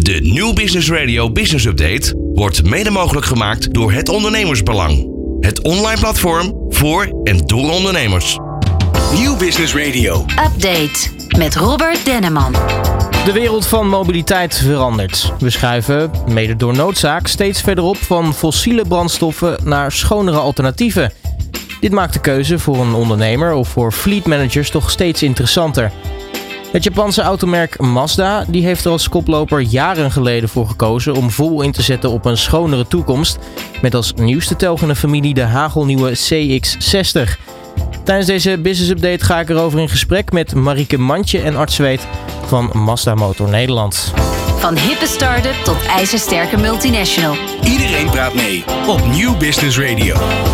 De Nieuw Business Radio Business Update wordt mede mogelijk gemaakt door Het Ondernemersbelang. Het online platform voor en door ondernemers. Nieuw Business Radio. Update met Robert Denneman. De wereld van mobiliteit verandert. We schuiven, mede door noodzaak, steeds verder op van fossiele brandstoffen naar schonere alternatieven. Dit maakt de keuze voor een ondernemer of voor fleetmanagers toch steeds interessanter. Het Japanse automerk Mazda die heeft er als koploper jaren geleden voor gekozen om vol in te zetten op een schonere toekomst. Met als nieuwste telg in de familie de hagelnieuwe CX-60. Tijdens deze Business Update ga ik erover in gesprek met Marieke Mantje en Art Zweet van Mazda Motor Nederland. Van hippe start-up tot ijzersterke multinational. Iedereen praat mee op Nieuw Business Radio.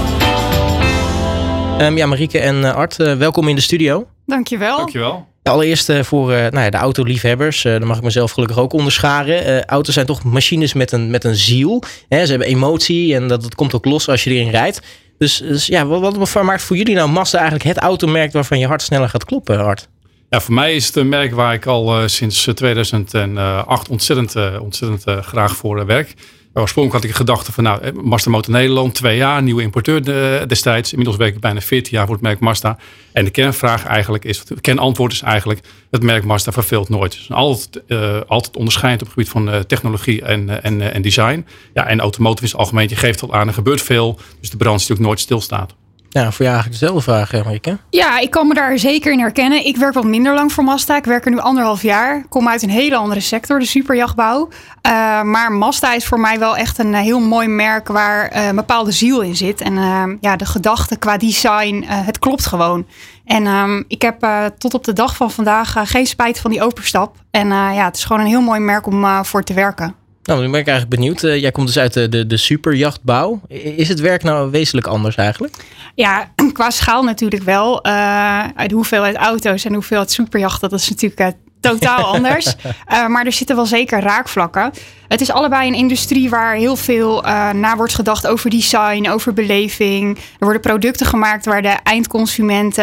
Marieke en Art, welkom in de studio. Dankjewel. Allereerst voor de autoliefhebbers, daar mag ik mezelf gelukkig ook onderscharen. Auto's zijn toch machines met een ziel. Ze hebben emotie en dat komt ook los als je erin rijdt. Dus wat maakt voor jullie nou Mazda eigenlijk het automerk waarvan je hart sneller gaat kloppen, Art? Ja, voor mij is het een merk waar ik al sinds 2008 ontzettend graag voor werk. Oorspronkelijk had ik de gedachte van Mazda Motor Nederland, 2 jaar, nieuwe importeur destijds. Inmiddels werk ik bijna 14 jaar voor het merk Mazda. En de kernantwoord is eigenlijk, het merk Mazda verveelt nooit. Dus altijd onderscheidend op het gebied van technologie en design. Ja, en automotive in het algemeen, je geeft al aan, er gebeurt veel. Dus de branche natuurlijk nooit stilstaat. Ja, voor jou eigenlijk dezelfde vraag, Marieke. Ja, ik kan me daar zeker in herkennen. Ik werk wat minder lang voor Mazda. Ik werk er nu 1,5 jaar. Ik kom uit een hele andere sector, de superjachtbouw. Maar Mazda is voor mij wel echt een heel mooi merk waar een bepaalde ziel in zit. En de gedachte qua design, het klopt gewoon. En ik heb tot op de dag van vandaag geen spijt van die overstap. En het is gewoon een heel mooi merk om voor te werken. Nou, nu ben ik eigenlijk benieuwd. Jij komt dus uit de superjachtbouw. Is het werk nou wezenlijk anders eigenlijk? Ja, qua schaal natuurlijk wel. Uit de hoeveelheid auto's en de hoeveelheid superjachten, dat is natuurlijk totaal anders. Maar er zitten wel zeker raakvlakken. Het is allebei een industrie waar heel veel na wordt gedacht over design, over beleving. Er worden producten gemaakt waar de eindconsument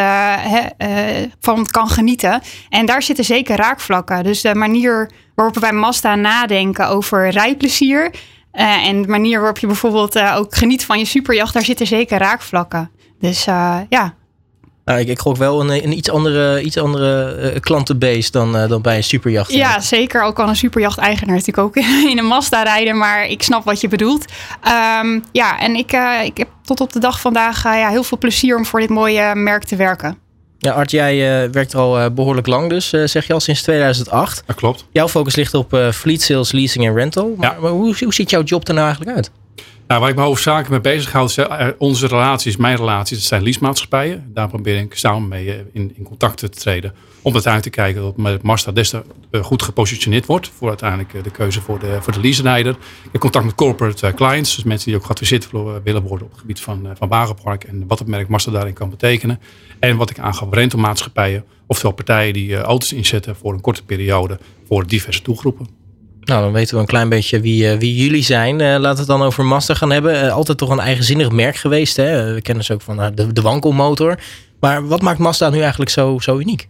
van kan genieten. En daar zitten zeker raakvlakken. Dus de manier waarop we bij Mazda nadenken over rijplezier en de manier waarop je bijvoorbeeld ook geniet van je superjacht, daar zitten zeker raakvlakken. Dus ja. Nou, ik gok wel een iets andere klantenbase dan bij een superjacht. Ja, zeker. Al kan een superjacht-eigenaar natuurlijk ook in een Mazda rijden, maar ik snap wat je bedoelt. En ik heb tot op de dag vandaag heel veel plezier om voor dit mooie merk te werken. Ja, Art, jij werkt er al behoorlijk lang dus, zeg je al, sinds 2008. Dat klopt. Jouw focus ligt op fleet sales, leasing en rental. Maar hoe ziet jouw job er nou eigenlijk uit? Nou, waar ik me hoofdzakelijk mee bezig houd, zijn onze relaties, mijn relaties, dat zijn leasemaatschappijen. Daar probeer ik samen mee in contact te treden. Om uiteindelijk te kijken dat Mazda des te goed gepositioneerd wordt voor uiteindelijk de keuze voor de leaserijder. Ik heb contact met corporate clients, dus mensen die ook geadviseerd willen worden op het gebied van wagenpark en wat het merk Mazda daarin kan betekenen. En wat ik aangaf, rentalmaatschappijen, oftewel partijen die auto's inzetten voor een korte periode voor diverse doelgroepen. Nou, dan weten we een klein beetje wie jullie zijn. Laten we het dan over Mazda gaan hebben. Altijd toch een eigenzinnig merk geweest. Hè? We kennen ze ook van de wankelmotor. Maar wat maakt Mazda nu eigenlijk zo uniek?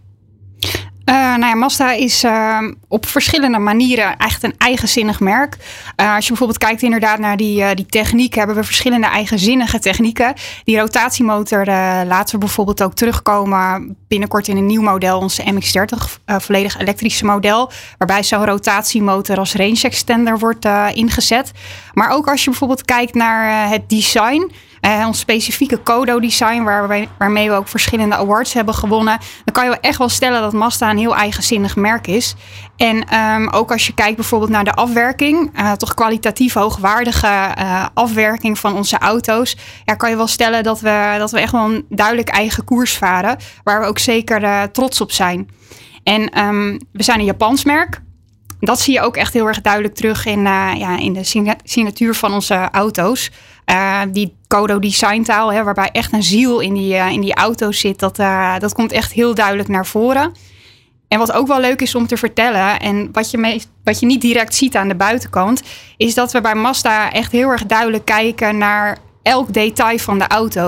Mazda is op verschillende manieren echt een eigenzinnig merk. Als je bijvoorbeeld kijkt inderdaad naar die techniek, hebben we verschillende eigenzinnige technieken. Die rotatiemotor laten we bijvoorbeeld ook terugkomen binnenkort in een nieuw model, onze MX-30, volledig elektrische model. Waarbij zo'n rotatiemotor als range extender wordt ingezet. Maar ook als je bijvoorbeeld kijkt naar het design, ons specifieke Kodo-design, waarmee we ook verschillende awards hebben gewonnen, dan kan je wel echt wel stellen dat Mazda een heel eigenzinnig merk is. En ook als je kijkt bijvoorbeeld naar de afwerking, toch kwalitatief hoogwaardige afwerking van onze auto's, kan je wel stellen dat we echt wel een duidelijk eigen koers varen, waar we ook zeker trots op zijn. En we zijn een Japans merk. Dat zie je ook echt heel erg duidelijk terug in de signatuur van onze auto's. Die Kodo designtaal, waarbij echt een ziel in die auto's zit, dat komt echt heel duidelijk naar voren. En wat ook wel leuk is om te vertellen, en wat je niet direct ziet aan de buitenkant, is dat we bij Mazda echt heel erg duidelijk kijken naar elk detail van de auto.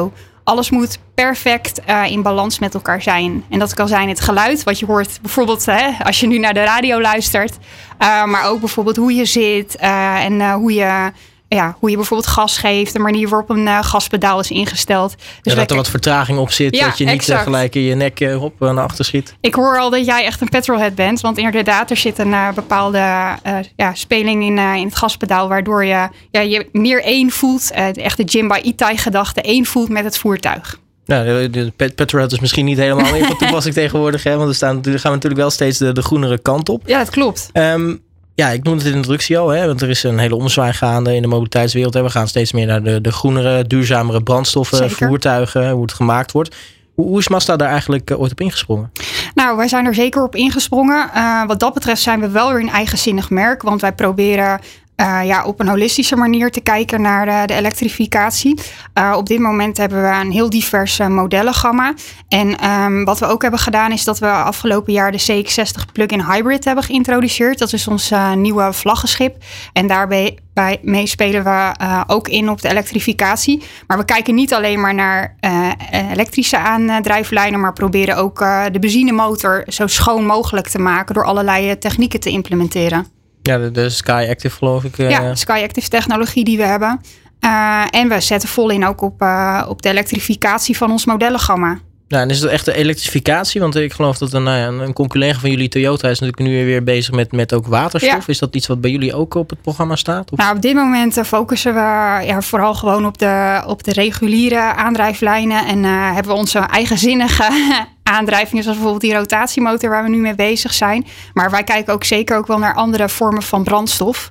alles moet perfect in balans met elkaar zijn. En dat kan zijn het geluid, wat je hoort bijvoorbeeld als je nu naar de radio luistert. Maar ook bijvoorbeeld hoe je zit en hoe je bijvoorbeeld gas geeft. De manier waarop een gaspedaal is ingesteld. Dus dat er wat vertraging op zit. Dat je niet gelijk in je nek naar achter schiet. Ik hoor al dat jij echt een petrolhead bent. Want inderdaad, er zit een bepaalde speling in het gaspedaal. Waardoor je meer één voelt. Echt de Jimba Itai gedachte. Één voelt met het voertuig. Nou, de petrolhead is misschien niet helemaal meer van toepassing tegenwoordig. Hè? Want gaan we natuurlijk wel steeds de groenere kant op. Ja, dat klopt. Ja, ik noemde het in de introductie al, want er is een hele ommezwaai gaande in de mobiliteitswereld. We gaan steeds meer naar de groenere, duurzamere brandstoffen, Zeker. Voertuigen, hoe het gemaakt wordt. Hoe is Mazda daar eigenlijk ooit op ingesprongen? Nou, wij zijn er zeker op ingesprongen. Wat dat betreft zijn we wel weer een eigenzinnig merk, want wij proberen op een holistische manier te kijken naar de elektrificatie. Op dit moment hebben we een heel divers modellengamma. En wat we ook hebben gedaan is dat we afgelopen jaar de CX-60 plug-in hybrid hebben geïntroduceerd. Dat is ons nieuwe vlaggenschip. En daarbij spelen we ook in op de elektrificatie. Maar we kijken niet alleen maar naar elektrische aandrijflijnen, maar proberen ook de benzinemotor zo schoon mogelijk te maken door allerlei technieken te implementeren. Ja, de Sky Active geloof ik. Ja, Sky Active technologie die we hebben. En we zetten vol in ook op de elektrificatie van ons modellengamma. Ja, en is het echt de elektrificatie? Want ik geloof dat een concurrent van jullie, Toyota, is natuurlijk nu weer bezig met ook waterstof. Ja. Is dat iets wat bij jullie ook op het programma staat? Of? Nou, op dit moment focussen we vooral gewoon op de reguliere aandrijflijnen. En hebben we onze eigenzinnige aandrijvingen, zoals bijvoorbeeld die rotatiemotor waar we nu mee bezig zijn. Maar wij kijken ook zeker ook wel naar andere vormen van brandstof.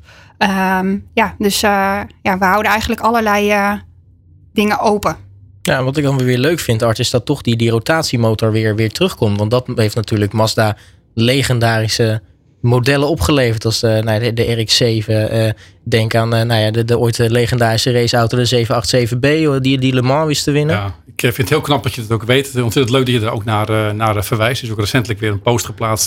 We houden eigenlijk allerlei dingen open. Ja, wat ik dan weer leuk vind, Art, is dat toch die rotatiemotor weer terugkomt. Want dat heeft natuurlijk Mazda legendarische modellen opgeleverd. Als de RX-7. Denk aan de ooit legendarische raceauto, de 787B, die Le Mans wist te winnen. Ja, ik vind het heel knap dat je het ook weet. Het is ontzettend leuk dat je er ook naar verwijst. Er is ook recentelijk weer een post geplaatst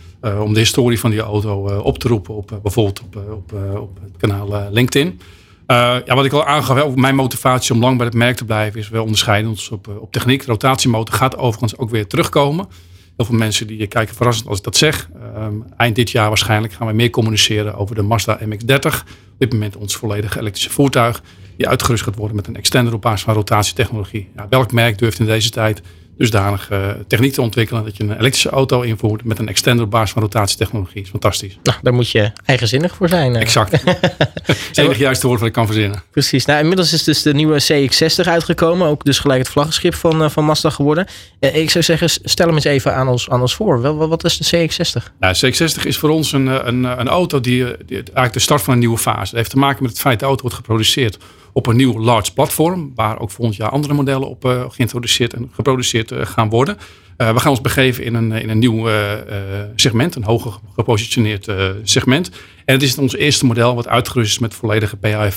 om de historie van die auto op te roepen. Bijvoorbeeld op het kanaal LinkedIn. Wat ik al aangaf, mijn motivatie om lang bij het merk te blijven is wel onderscheiden ons op techniek. De rotatiemotor gaat overigens ook weer terugkomen. Heel veel mensen die kijken verrassend als ik dat zeg. Eind dit jaar waarschijnlijk gaan we meer communiceren over de Mazda MX-30. Op dit moment ons volledige elektrische voertuig. Die uitgerust gaat worden met een extender op basis van rotatietechnologie. Ja, welk merk durft in deze tijd dusdanig techniek te ontwikkelen dat je een elektrische auto invoert met een extender op basis van rotatietechnologie? Is fantastisch. Nou, daar moet je eigenzinnig voor zijn. Exact. Dat is het enige juiste woord wat ik kan verzinnen. Precies. Nou, inmiddels is dus de nieuwe CX-60 uitgekomen. Ook dus gelijk het vlaggenschip van Mazda geworden. Ik zou zeggen, stel hem eens even aan ons voor. Wat is de CX-60? Nou, de CX-60 is voor ons een auto die eigenlijk de start van een nieuwe fase. Dat heeft te maken met het feit dat de auto wordt geproduceerd op een nieuw large platform, waar ook volgend jaar andere modellen op geïntroduceerd en geproduceerd gaan worden. We gaan ons begeven in een nieuw segment, een hoger gepositioneerd segment. En het is ons eerste model wat uitgerust is met volledige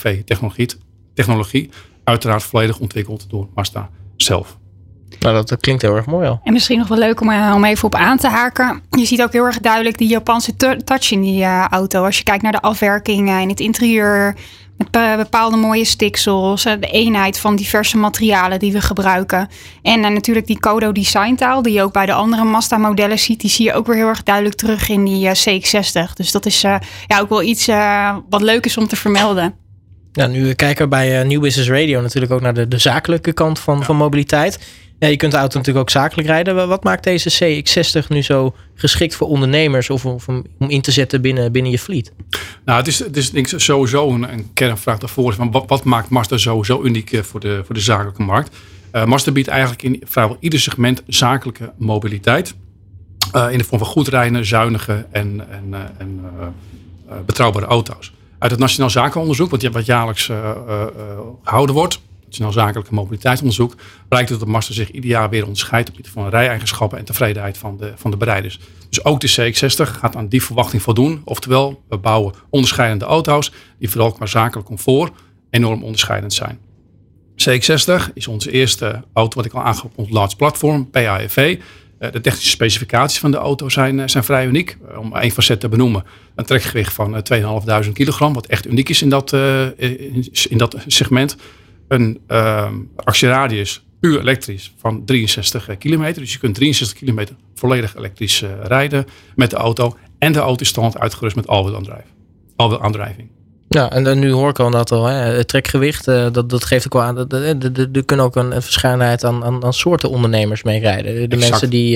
PHEV-technologie. Uiteraard volledig ontwikkeld door Mazda zelf. Nou, dat klinkt heel erg mooi al. En misschien nog wel leuk om even op aan te haken. Je ziet ook heel erg duidelijk die Japanse touch in die auto. Als je kijkt naar de afwerking in het interieur, met bepaalde mooie stiksels, de eenheid van diverse materialen die we gebruiken. En natuurlijk die Kodo designtaal die je ook bij de andere Mazda modellen ziet, die zie je ook weer heel erg duidelijk terug in die CX-60. Dus dat is ook wel iets wat leuk is om te vermelden. Ja, nu kijken we bij New Business Radio natuurlijk ook naar de zakelijke kant van mobiliteit. Ja, je kunt de auto natuurlijk ook zakelijk rijden. Wat maakt deze CX-60 nu zo geschikt voor ondernemers of om in te zetten binnen je fleet? Nou, het is denk ik sowieso een kernvraag daarvoor. Van wat maakt Mazda zo uniek voor de zakelijke markt? Mazda biedt eigenlijk in vrijwel ieder segment zakelijke mobiliteit. In de vorm van goed rijdende, zuinige en betrouwbare auto's. Uit het Nationaal Zakenonderzoek, wat jaarlijks gehouden wordt, Nationaal Zakelijke Mobiliteitsonderzoek, blijkt dat Mazda zich ieder jaar weer onderscheidt op het gebied van rij-eigenschappen en tevredenheid van de berijders. Dus ook de CX-60 gaat aan die verwachting voldoen. Oftewel, we bouwen onderscheidende auto's die vooral qua zakelijk comfort enorm onderscheidend zijn. CX-60 is onze eerste auto, wat ik al aangaf op ons large platform, PHEV. De technische specificaties van de auto zijn vrij uniek. Om één facet te benoemen. Een trekgewicht van 2.500 kilogram. Wat echt uniek is in dat segment. Een actieradius puur elektrisch van 63 kilometer. Dus je kunt 63 kilometer volledig elektrisch rijden met de auto. En de auto is standaard uitgerust met all-wheel aandrijving. Ja, en nu hoor ik al dat al. Het trekgewicht, dat geeft ook wel aan. Er kunnen ook een verscheidenheid aan soorten ondernemers mee rijden. De mensen die,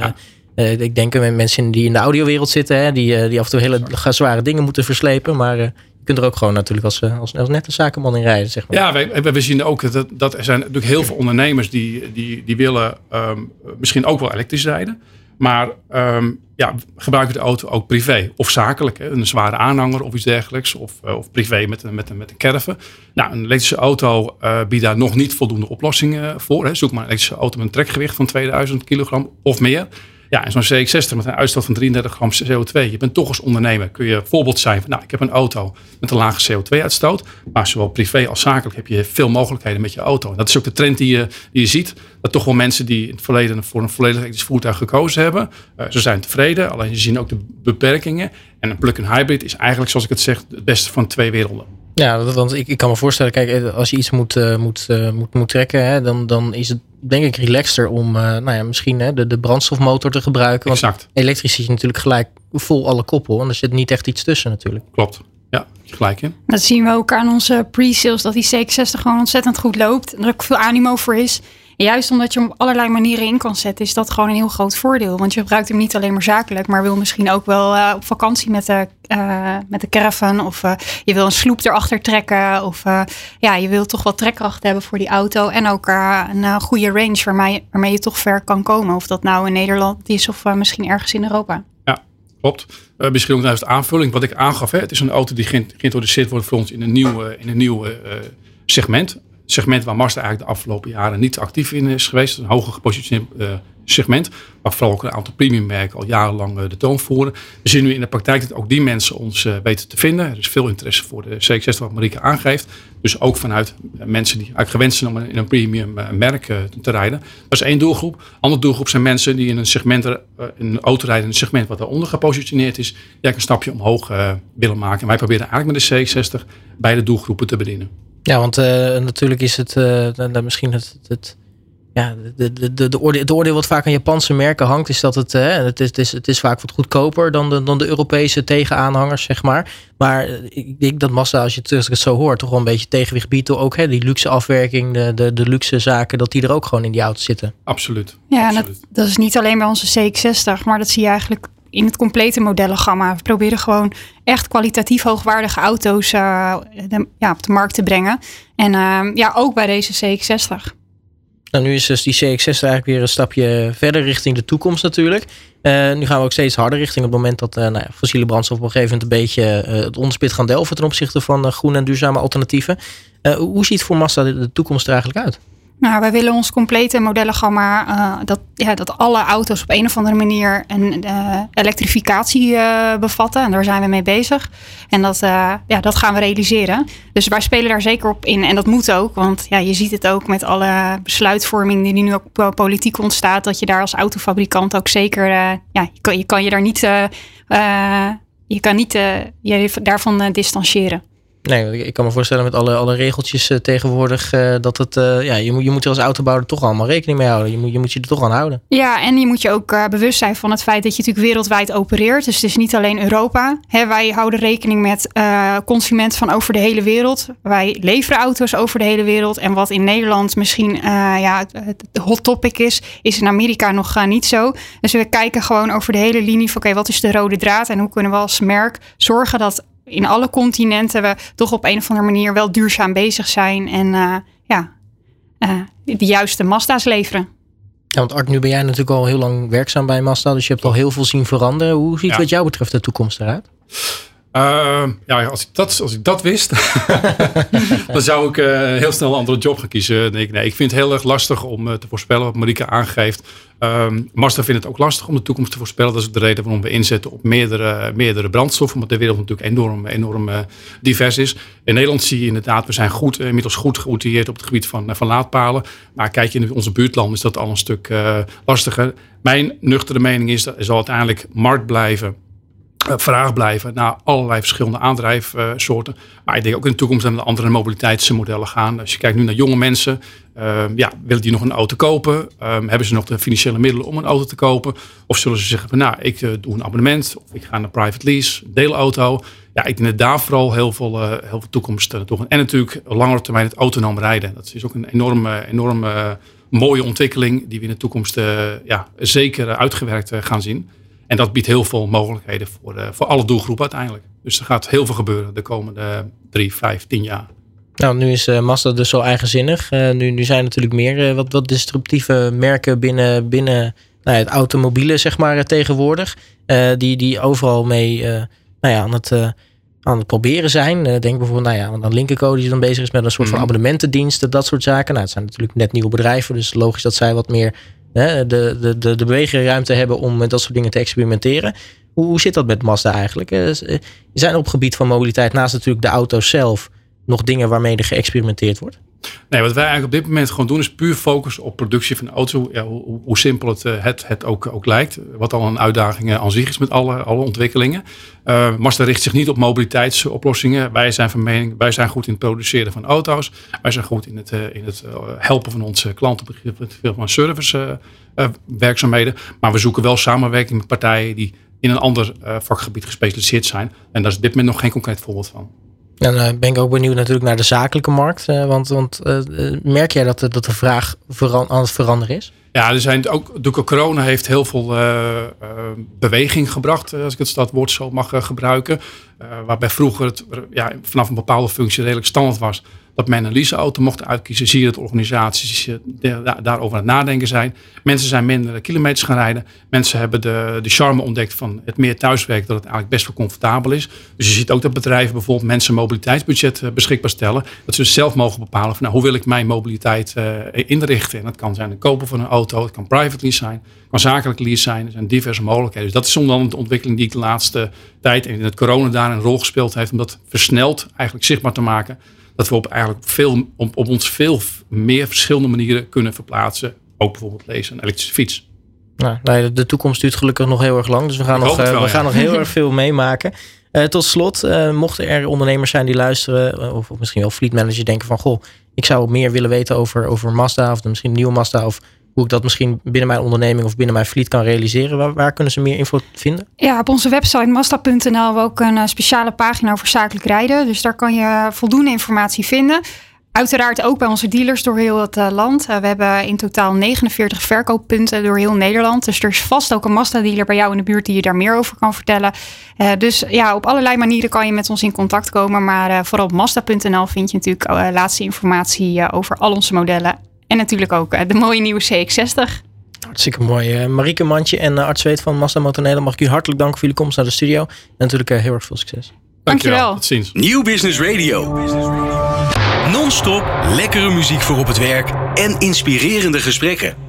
ik denk aan mensen die in de audiowereld zitten. Die af en toe hele zware dingen moeten verslepen. Maar je kunt er ook gewoon natuurlijk als nette zakenman in rijden. Zeg maar. Ja, we zien ook dat er zijn natuurlijk heel veel ondernemers die willen misschien ook wel elektrisch rijden. Maar gebruiken de auto ook privé of zakelijk. Hè? Een zware aanhanger of iets dergelijks. Of privé met een caravan. Nou, een elektrische auto biedt daar nog niet voldoende oplossingen voor. Hè? Zoek maar een elektrische auto met een trekgewicht van 2000 kilogram of meer. Ja, en zo'n CX-60 met een uitstoot van 33 gram CO2. Je bent toch als ondernemer, kun je voorbeeld zijn van, ik heb een auto met een lage CO2-uitstoot. Maar zowel privé als zakelijk heb je veel mogelijkheden met je auto. En dat is ook de trend die je ziet. Dat toch wel mensen die in het verleden voor een volledig elektrisch voertuig gekozen hebben. Ze zijn tevreden, alleen je ziet ook de beperkingen. En een plug-in hybrid is eigenlijk, zoals ik het zeg, het beste van twee werelden. Ja, want ik kan me voorstellen, kijk, als je iets moet trekken, hè, dan is het denk ik relaxter om misschien de brandstofmotor te gebruiken. Want exact. Elektrisch zit je natuurlijk gelijk vol alle koppel. En er zit niet echt iets tussen natuurlijk. Klopt. Ja, gelijk in. Dat zien we ook aan onze pre-sales, dat die CX-60 gewoon ontzettend goed loopt. En er ook veel animo voor is. En juist omdat je hem op allerlei manieren in kan zetten, is dat gewoon een heel groot voordeel. Want je gebruikt hem niet alleen maar zakelijk, maar wil misschien ook wel op vakantie met de caravan. Of je wil een sloep erachter trekken. Of je wil toch wat trekkracht hebben voor die auto. En ook een goede range waarmee je toch ver kan komen. Of dat nou in Nederland is of misschien ergens in Europa. Ja, klopt. Misschien ook naast de aanvulling wat ik aangaf. Hè. Het is een auto die geïntroduceerd wordt voor ons in een nieuw segment. Segment waar Mazda eigenlijk de afgelopen jaren niet actief in is geweest. Een hoger gepositioneerd segment. Waar vooral ook een aantal premiummerken al jarenlang de toon voeren. We zien nu in de praktijk dat ook die mensen ons weten te vinden. Er is veel interesse voor de CX-60 wat Marieke aangeeft. Dus ook vanuit mensen die eigenlijk gewend zijn om in een premium merk te rijden. Dat is één doelgroep. Andere doelgroep zijn mensen die in een segment, een auto rijden in een segment wat daaronder gepositioneerd is. Die eigenlijk een stapje omhoog willen maken. En wij proberen eigenlijk met de CX-60 beide doelgroepen te bedienen. Ja, want natuurlijk is het misschien het oordeel wat vaak aan Japanse merken hangt, is dat het is vaak wat goedkoper dan de Europese tegenaanhangers, zeg maar. Maar ik denk dat Mazda, als je het zo hoort, toch wel een beetje tegenwicht biedt door ook die luxe afwerking, de luxe zaken, dat die er ook gewoon in die auto zitten. Absoluut. Ja, absoluut. Dat is niet alleen bij onze CX-60, maar dat zie je eigenlijk in het complete modellengamma. We proberen gewoon echt kwalitatief hoogwaardige auto's op de markt te brengen. En ook bij deze CX-60. Nou, nu is dus die CX-60 eigenlijk weer een stapje verder richting de toekomst natuurlijk. Nu gaan we ook steeds harder richting het moment dat fossiele brandstof op een gegeven moment een beetje het onderspit gaan delven ten opzichte van groene en duurzame alternatieven. Hoe ziet voor Mazda de toekomst er eigenlijk uit? Nou, wij willen ons complete modellengamma, dat alle auto's op een of andere manier een elektrificatie bevatten. En daar zijn we mee bezig. En dat gaan we realiseren. Dus wij spelen daar zeker op in. En dat moet ook, want je ziet het ook met alle besluitvorming die nu ook politiek ontstaat. Dat je daar als autofabrikant ook zeker, je kan je daar niet, je kan niet je daarvan distancieren. Nee, ik kan me voorstellen met alle regeltjes tegenwoordig dat het, je moet er als autobouwer toch allemaal rekening mee houden. Je moet je er toch aan houden. Ja, en je moet je ook bewust zijn van het feit dat je natuurlijk wereldwijd opereert. Dus het is niet alleen Europa. Wij houden rekening met consumenten van over de hele wereld. Wij leveren auto's over de hele wereld. En wat in Nederland misschien het hot topic is in Amerika nog niet zo. Dus we kijken gewoon over de hele linie van oké, wat is de rode draad en hoe kunnen we als merk zorgen dat in alle continenten we toch op een of andere manier wel duurzaam bezig zijn en de juiste Mazda's leveren. Ja, want Art, nu ben jij natuurlijk al heel lang werkzaam bij Mazda, dus je hebt al heel veel zien veranderen. Hoe ziet wat jou betreft de toekomst eruit? Als ik dat wist, dan zou ik heel snel een andere job gaan kiezen. Ik vind het heel erg lastig om te voorspellen wat Marieke aangeeft. Mazda vindt het ook lastig om de toekomst te voorspellen. Dat is ook de reden waarom we inzetten op meerdere brandstoffen. Omdat de wereld natuurlijk enorm divers is. In Nederland zie je inderdaad, we zijn inmiddels goed geoutilleerd op het gebied van laadpalen. Maar kijk je in onze buurtlanden is dat al een stuk lastiger. Mijn nuchtere mening is dat er zal uiteindelijk markt blijven vraag blijven naar allerlei verschillende aandrijfsoorten. Maar ik denk ook in de toekomst dat we andere mobiliteitsmodellen gaan. Als je kijkt nu naar jonge mensen, willen die nog een auto kopen? Hebben ze nog de financiële middelen om een auto te kopen? Of zullen ze zeggen, nou, ik doe een abonnement of ik ga naar private lease, deelauto. Ja, ik denk dat daar vooral heel veel toekomst naartoe. En natuurlijk langere termijn het autonoom rijden. Dat is ook een enorme mooie ontwikkeling die we in de toekomst zeker uitgewerkt gaan zien. En dat biedt heel veel mogelijkheden voor alle doelgroepen uiteindelijk. Dus er gaat heel veel gebeuren de komende 3, 5, 10 jaar. Nou, nu is Mazda dus zo eigenzinnig. Nu zijn er natuurlijk meer wat disruptieve merken binnen het automobiele, zeg maar, tegenwoordig. Die overal mee aan het proberen zijn. Denk bijvoorbeeld aan Lynk & die dan bezig is met een soort van abonnementendiensten, dat soort zaken. Nou, het zijn natuurlijk net nieuwe bedrijven, dus logisch dat zij wat meer de beweegruimte hebben om met dat soort dingen te experimenteren. Hoe zit dat met Mazda eigenlijk? Zijn er op het gebied van mobiliteit naast natuurlijk de auto's zelf nog dingen waarmee er geëxperimenteerd wordt? Nee, wat wij eigenlijk op dit moment gewoon doen is puur focussen op productie van een auto. Ja, hoe simpel het ook lijkt. Wat al een uitdaging aan zich is met alle ontwikkelingen. Mazda richt zich niet op mobiliteitsoplossingen. Wij zijn van mening, wij zijn goed in het produceren van auto's. Wij zijn goed in het helpen van onze klanten op het gebied van service werkzaamheden. Maar we zoeken wel samenwerking met partijen die in een ander vakgebied gespecialiseerd zijn. En daar is op dit moment nog geen concreet voorbeeld van. En dan ben ik ook benieuwd natuurlijk naar de zakelijke markt. Want merk jij dat de vraag aan het veranderen is? Ja, er zijn ook corona heeft heel veel beweging gebracht, als ik het woord zo mag gebruiken. Waarbij vroeger het vanaf een bepaalde functie redelijk standaard was dat men een leaseauto mocht uitkiezen. Zie je dat organisaties daarover aan het nadenken zijn. Mensen zijn minder kilometers gaan rijden. Mensen hebben de charme ontdekt van het meer thuiswerken, dat het eigenlijk best wel comfortabel is. Dus je ziet ook dat bedrijven bijvoorbeeld mensen een mobiliteitsbudget beschikbaar stellen. Dat ze dus zelf mogen bepalen van hoe wil ik mijn mobiliteit inrichten. En dat kan zijn het kopen van een auto, het kan private lease zijn, het kan zakelijk lease zijn. Er zijn diverse mogelijkheden. Dus dat is onder andere de ontwikkeling die ik de laatste tijd en in het corona daar een rol gespeeld heeft om dat versneld eigenlijk zichtbaar te maken. Dat we op ons veel meer verschillende manieren kunnen verplaatsen. Ook bijvoorbeeld lezen een elektrische fiets. Nou, de toekomst duurt gelukkig nog heel erg lang. Dus we gaan nog heel erg veel meemaken. Tot slot, mochten er ondernemers zijn die luisteren. Of misschien wel fleet manager denken van, goh, ik zou meer willen weten over Mazda. Of misschien een nieuwe Mazda. Of hoe ik dat misschien binnen mijn onderneming of binnen mijn fleet kan realiseren. Waar kunnen ze meer info vinden? Ja, op onze website mazda.nl hebben we ook een speciale pagina over zakelijk rijden. Dus daar kan je voldoende informatie vinden. Uiteraard ook bij onze dealers door heel het land. We hebben in totaal 49 verkooppunten door heel Nederland. Dus er is vast ook een Mazda-dealer bij jou in de buurt die je daar meer over kan vertellen. Dus ja, op allerlei manieren kan je met ons in contact komen. Maar vooral op mazda.nl vind je natuurlijk laatste informatie over al onze modellen. En natuurlijk ook de mooie nieuwe CX-60. Hartstikke mooi. Marieke Mantje en Art Zweet van Mazda Motor Nederland. Mag ik u hartelijk danken voor jullie komst naar de studio. En natuurlijk heel erg veel succes. Dankjewel. Tot ziens. Nieuw Business Radio. Non-stop lekkere muziek voor op het werk en inspirerende gesprekken.